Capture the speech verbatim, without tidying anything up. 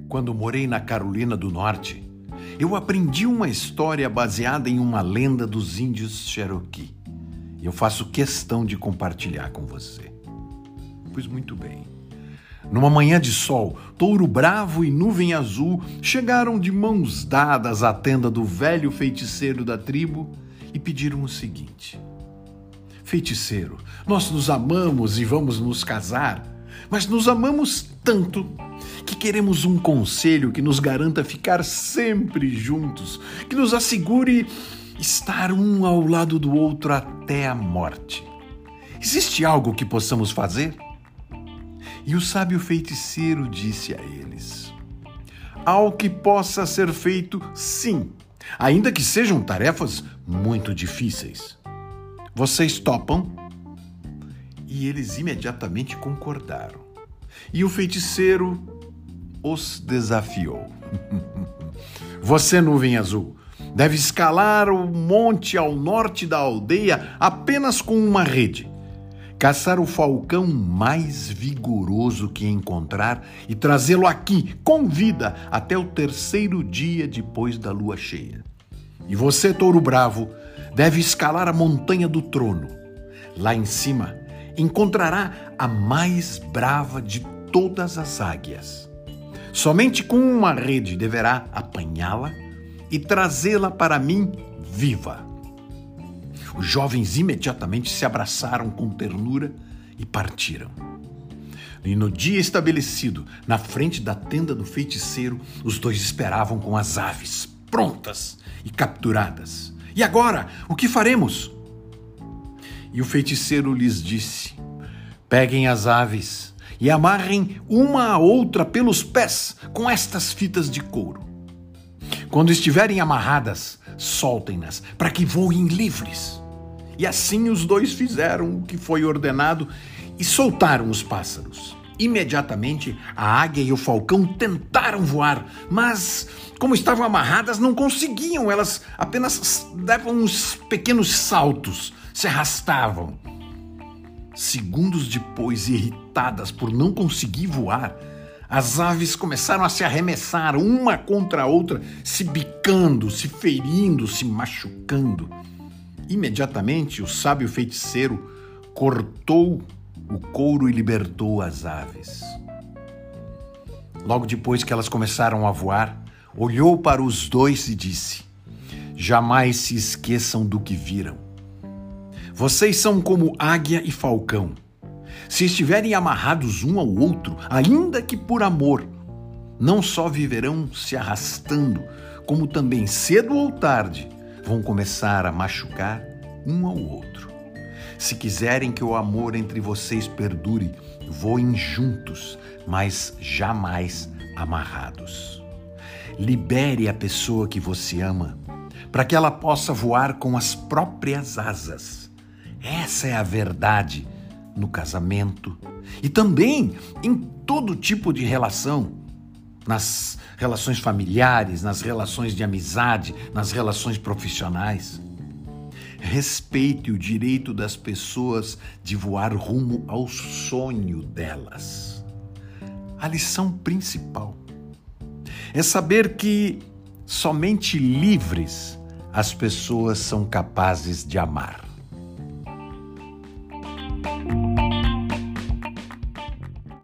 Quando morei na Carolina do Norte, eu aprendi uma história baseada em uma lenda dos índios Cherokee. E eu faço questão de compartilhar com você. Pois muito bem. Numa manhã de sol, Touro Bravo e Nuvem Azul chegaram de mãos dadas à tenda do velho feiticeiro da tribo e pediram o seguinte: feiticeiro, nós nos amamos e vamos nos casar, mas nos amamos tanto que queremos um conselho que nos garanta ficar sempre juntos, que nos assegure estar um ao lado do outro até a morte. Existe algo que possamos fazer? E o sábio feiticeiro disse a eles: ao que possa ser feito, sim, ainda que sejam tarefas muito difíceis. Vocês topam? E eles imediatamente concordaram. E o feiticeiro os desafiou. Você, Nuvem Azul, deve escalar o monte ao norte da aldeia apenas com uma rede, caçar o falcão mais vigoroso que encontrar e trazê-lo aqui com vida até o terceiro dia depois da lua cheia. E você, Touro Bravo, deve escalar a montanha do trono. Lá em cima encontrará a mais brava de todas as águias. Somente com uma rede deverá apanhá-la e trazê-la para mim viva. Os jovens imediatamente se abraçaram com ternura e partiram. E no dia estabelecido, na frente da tenda do feiticeiro, os dois esperavam com as aves prontas e capturadas. E agora, o que faremos? E o feiticeiro lhes disse: peguem as aves e amarrem uma a outra pelos pés com estas fitas de couro. Quando estiverem amarradas, soltem-nas para que voem livres. E assim os dois fizeram o que foi ordenado e soltaram os pássaros. Imediatamente, a águia e o falcão tentaram voar, mas, como estavam amarradas, não conseguiam. Elas apenas davam uns pequenos saltos, se arrastavam. Segundos depois, irritadas por não conseguir voar, as aves começaram a se arremessar uma contra a outra, se bicando, se ferindo, se machucando. Imediatamente, o sábio feiticeiro cortou o couro e libertou as aves. Logo depois que elas começaram a voar, olhou para os dois e disse: jamais se esqueçam do que viram. Vocês são como águia e falcão. Se estiverem amarrados um ao outro, ainda que por amor, não só viverão se arrastando, como também cedo ou tarde vão começar a machucar um ao outro. Se quiserem que o amor entre vocês perdure, voem juntos, mas jamais amarrados. Libere a pessoa que você ama, para que ela possa voar com as próprias asas. Essa é a verdade no casamento e também em todo tipo de relação. Nas relações familiares, nas relações de amizade, nas relações profissionais. Respeite o direito das pessoas de voar rumo ao sonho delas. A lição principal é saber que somente livres as pessoas são capazes de amar.